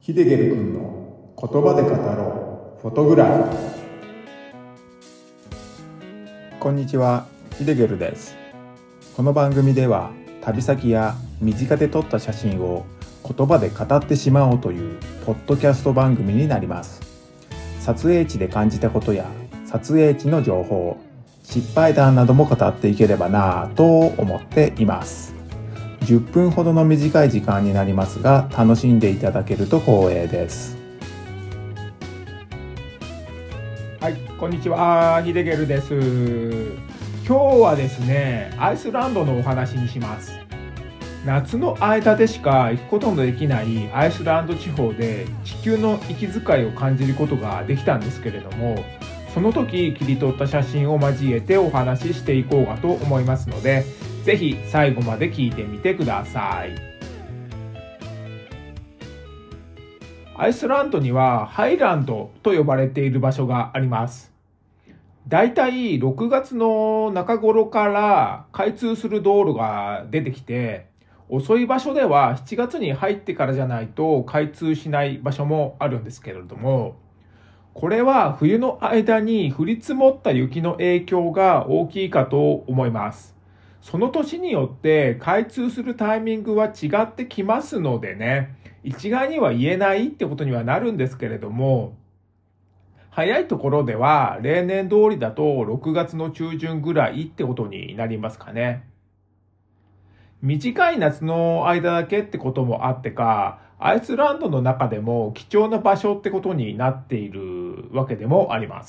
ヒデゲル君の言葉で語ろうフォトグラフィー。こんにちは、ヒデゲルです。この番組では旅先や身近で撮った写真を言葉で語ってしまおうというポッドキャスト番組になります。撮影地で感じたことや撮影地の情報、失敗談なども語っていければなぁと思っています。10分ほどの短い時間になりますが、楽しんでいただけると光栄です。はい、こんにちは、ヒデゲルです。今日はですね、アイスランドのお話にします。夏の間でしか行くことのできないアイスランド地方で地球の息遣いを感じることができたんですけれども、その時切り取った写真を交えてお話ししていこうかと思いますので、ぜひ最後まで聞いてみてください。アイスランドにはハイランドと呼ばれている場所があります。だいたい6月の中頃から開通する道路が出てきて、遅い場所では7月に入ってからじゃないと開通しない場所もあるんですけれども、これは冬の間に降り積もった雪の影響が大きいかと思います。その年によって開通するタイミングは違ってきますのでね、一概には言えないってことにはなるんですけれども、早いところでは例年通りだと6月の中旬ぐらいってことになりますかね。短い夏の間だけってこともあってか、アイスランドの中でも貴重な場所ってことになっているわけでもあります。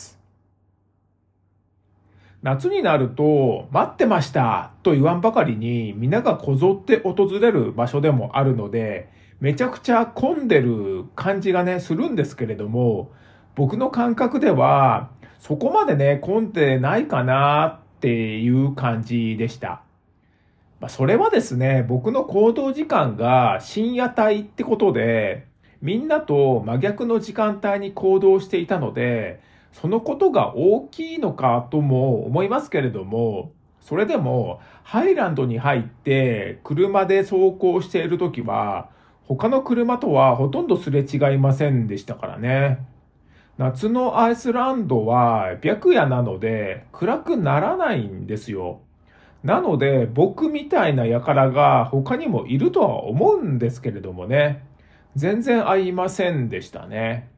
夏になると待ってましたと言わんばかりに皆がこぞって訪れる場所でもあるので、めちゃくちゃ混んでる感じがねするんですけれども、僕の感覚ではそこまでね混んでないかなっていう感じでした。それはですね、僕の行動時間が深夜帯ってことで、みんなと真逆の時間帯に行動していたので、そのことが大きいのかとも思いますけれども、それでもハイランドに入って車で走行しているときは、他の車とはほとんどすれ違いませんでしたからね。夏のアイスランドは白夜なので暗くならないんですよ。なので僕みたいな輩が他にもいるとは思うんですけれどもね、全然会いませんでしたね。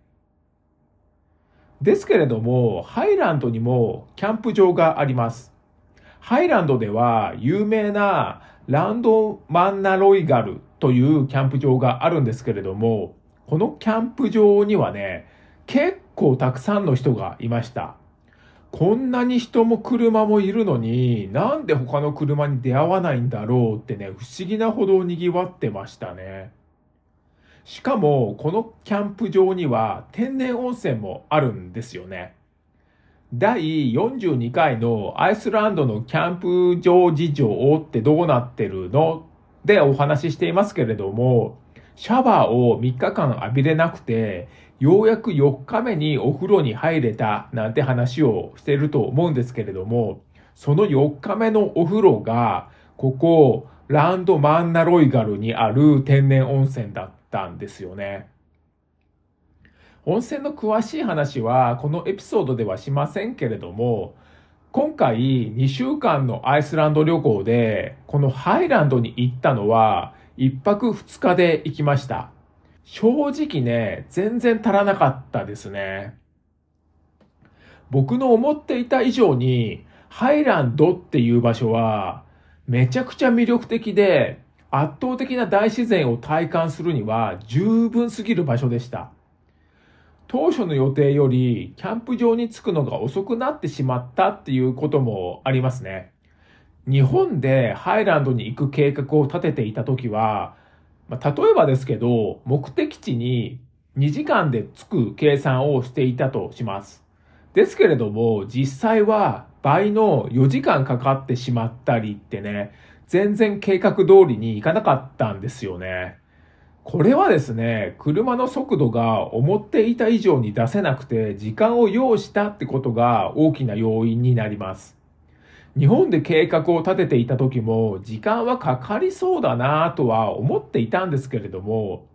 ですけれども、ハイランドにもキャンプ場があります。ハイランドでは有名なランドマンナロイガルというキャンプ場があるんですけれども、このキャンプ場にはね、結構たくさんの人がいました。こんなに人も車もいるのに、なんで他の車に出会わないんだろうってね、不思議なほど賑わってましたね。しかも、このキャンプ場には天然温泉もあるんですよね。第42回のアイスランドのキャンプ場事情ってどうなってるのでお話ししていますけれども、シャワーを3日間浴びれなくて、ようやく4日目にお風呂に入れたなんて話をしていると思うんですけれども、その4日目のお風呂が、ここ、ランドマンナロイガルにある天然温泉だったんですよね。温泉の詳しい話はこのエピソードではしませんけれども、今回2週間のアイスランド旅行でこのハイランドに行ったのは1泊2日で行きました。正直ね、全然足らなかったですね。僕の思っていた以上にハイランドっていう場所はめちゃくちゃ魅力的で、圧倒的な大自然を体感するには十分すぎる場所でした。当初の予定よりキャンプ場に着くのが遅くなってしまったっていうこともありますね。日本でハイランドに行く計画を立てていた時は、例えばですけど、目的地に2時間で着く計算をしていたとします。ですけれども、実際は倍の4時間かかってしまったりってね、全然計画通りにいかなかったんですよね。これはですね、車の速度が思っていた以上に出せなくて時間を要したってことが大きな要因になります。日本で計画を立てていた時も時間はかかりそうだなとは思っていたんですけれども、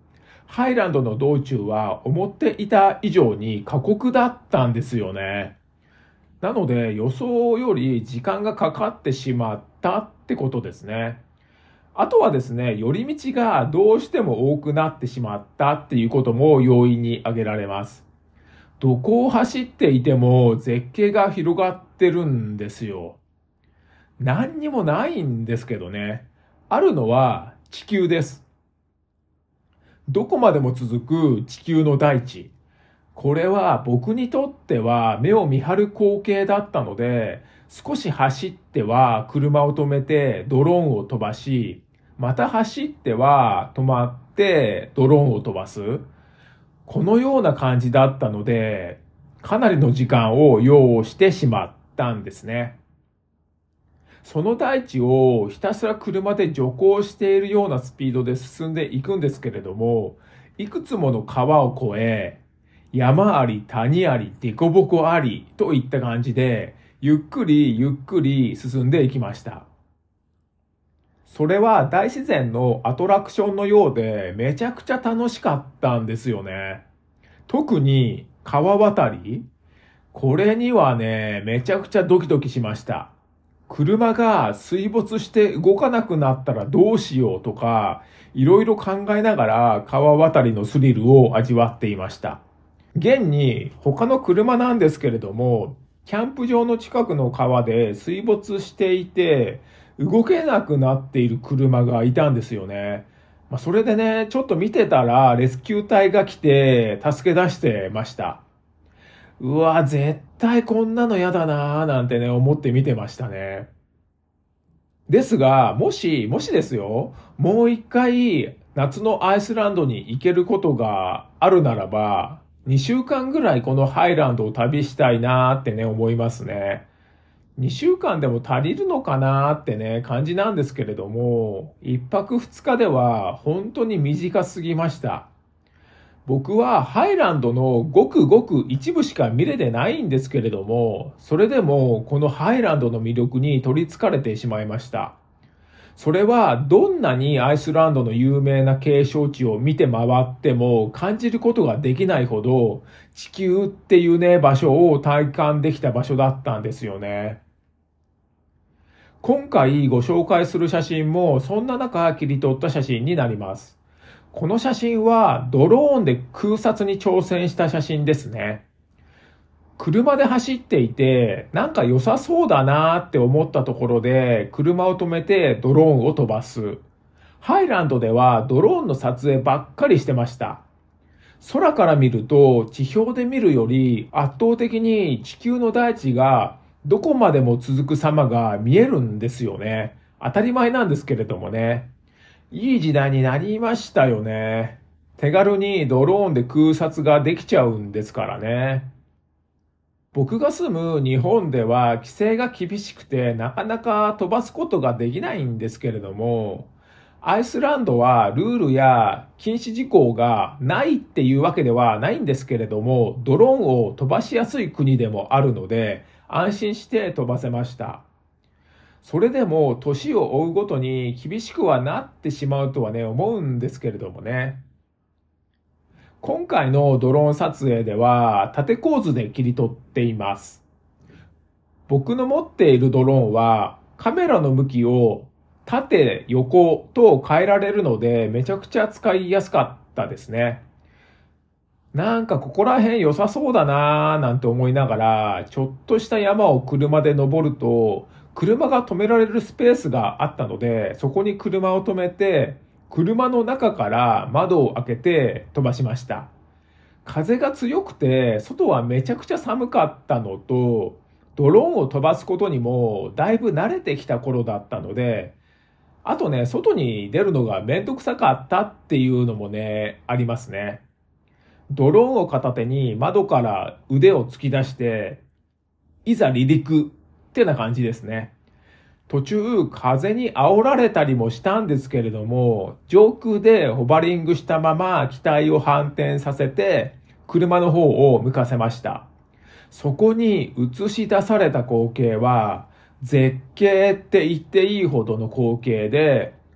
ハイランドの道中は思っていた以上に過酷だったんですよね。なので予想より時間がかかってしまったってことですね。あとはですね、寄り道がどうしても多くなってしまったっていうことも要因に挙げられます。どこを走っていても絶景が広がってるんですよ。何にもないんですけどね。あるのは地球です。どこまでも続く地球の大地。これは僕にとっては目を見張る光景だったので、少し走っては車を止めてドローンを飛ばし、また走っては止まってドローンを飛ばす。このような感じだったので、かなりの時間を要してしまったんですね。その大地をひたすら車で徐行しているようなスピードで進んでいくんですけれども、いくつもの川を越え、山あり谷あり凸凹ありといった感じで、ゆっくりゆっくり進んでいきました。それは大自然のアトラクションのようでめちゃくちゃ楽しかったんですよね。特に川渡り、これにはね、めちゃくちゃドキドキしました。車が水没して動かなくなったらどうしようとか、いろいろ考えながら川渡りのスリルを味わっていました。現に他の車なんですけれども、キャンプ場の近くの川で水没していて、動けなくなっている車がいたんですよね。それでね、ちょっと見てたらレスキュー隊が来て助け出してました。うわ、絶対こんなの嫌だなーなんてね、思って見てましたね。ですが、もしですよ、もう一回夏のアイスランドに行けることがあるならば、2週間ぐらいこのハイランドを旅したいなーってね、思いますね。2週間でも足りるのかなーってね、感じなんですけれども、1泊2日では本当に短すぎました。僕はハイランドのごくごく一部しか見れてないんですけれども、それでもこのハイランドの魅力に取り憑かれてしまいました。それはどんなにアイスランドの有名な景勝地を見て回っても感じることができないほど、地球っていうね、場所を体感できた場所だったんですよね。今回ご紹介する写真もそんな中切り取った写真になります。この写真はドローンで空撮に挑戦した写真ですね。車で走っていて、なんか良さそうだなーって思ったところで、車を止めてドローンを飛ばす。ハイランドではドローンの撮影ばっかりしてました。空から見ると地表で見るより圧倒的に地球の大地がどこまでも続く様が見えるんですよね。当たり前なんですけれどもね。いい時代になりましたよね。手軽にドローンで空撮ができちゃうんですからね。僕が住む日本では規制が厳しくてなかなか飛ばすことができないんですけれども、アイスランドはルールや禁止事項がないっていうわけではないんですけれども、ドローンを飛ばしやすい国でもあるので、安心して飛ばせました。それでも年を追うごとに厳しくはなってしまうとはね、思うんですけれどもね。今回のドローン撮影では縦構図で切り取っています。僕の持っているドローンはカメラの向きを縦、横と変えられるのでめちゃくちゃ使いやすかったですね。なんかここら辺良さそうだなーなんて思いながら、ちょっとした山を車で登ると、車が止められるスペースがあったので、そこに車を止めて、車の中から窓を開けて飛ばしました。風が強くて、外はめちゃくちゃ寒かったのと、ドローンを飛ばすことにもだいぶ慣れてきた頃だったので、あとね、外に出るのがめんどくさかったっていうのもね、ありますね。ドローンを片手に窓から腕を突き出して、いざ離陸ってな感じですね。途中風に煽られたりもしたんですけれども、上空でホバリングしたまま機体を反転させて車の方を向かせました。そこに映し出された光景は絶景って言っていいほどの光景で、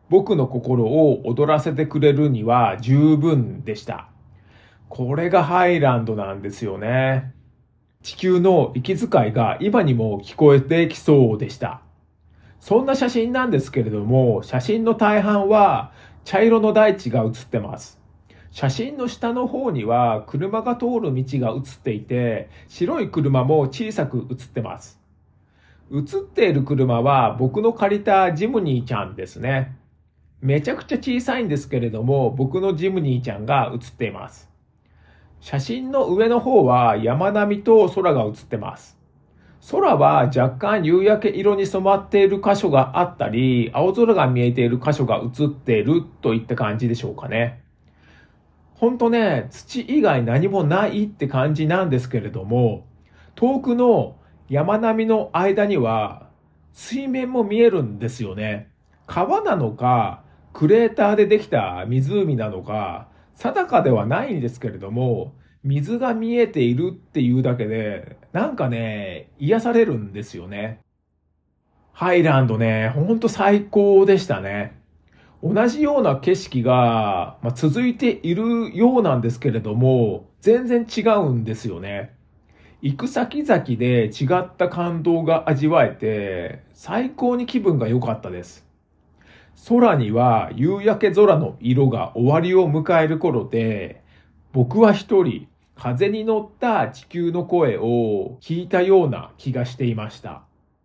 僕の心を躍らせてくれるには十分でした。これがハイランドなんですよね。地球の息遣いが今にも聞こえてきそうでした。そんな写真なんですけれども、写真の大半は茶色の大地が写ってます。写真の下の方には車が通る道が写っていて、白い車も小さく写ってます。写っている車は僕の借りたジムニーちゃんですね。めちゃくちゃ小さいんですけれども、僕のジムニーちゃんが写っています。写真の上の方は山並みと空が写ってます。空は若干夕焼け色に染まっている箇所があったり、青空が見えている箇所が写っているといった感じでしょうかね。ほんとね、土以外何もないって感じなんですけれども、遠くの山並みの間には水面も見えるんですよね。川なのか、クレーターでできた湖なのか、定かではないんですけれども、水が見えているっていうだけで、なんかね、癒されるんですよね。ハイランドね、ほんと最高でしたね。同じような景色が、続いているようなんですけれども、全然違うんですよね。行く先々で違った感動が味わえて、最高に気分が良かったです。空には夕焼け空の色が終わりを迎える頃で、僕は一人、風に乗った地球の声を聞いたような気がしていました。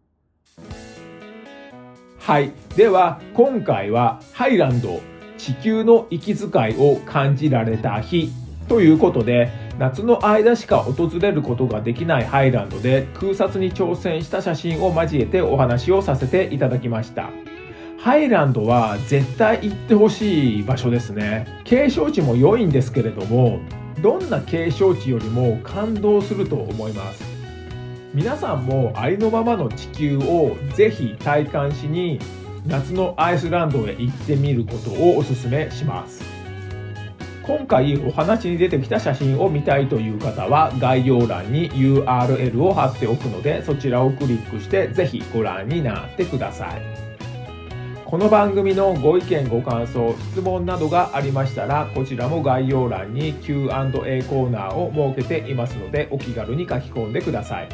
はい。では、今回はハイランド、地球の息遣いを感じられた日ということで、夏の間しか訪れることができないハイランドで空撮に挑戦した写真を交えてお話をさせていただきました。ハイランドは絶対行ってほしい場所ですね。景勝地も良いんですけれども、どんな景勝地よりも感動すると思います。皆さんもありのままの地球をぜひ体感しに夏のアイスランドへ行ってみることをお勧めします。今回お話に出てきた写真を見たいという方は概要欄に URL を貼っておくので、そちらをクリックしてぜひご覧になってください。この番組のご意見ご感想質問などがありましたら、こちらも概要欄に Q&A コーナーを設けていますので、お気軽に書き込んでください。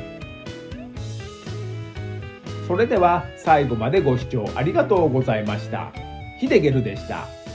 それでは最後までご視聴ありがとうございました。ヒデゲルでした。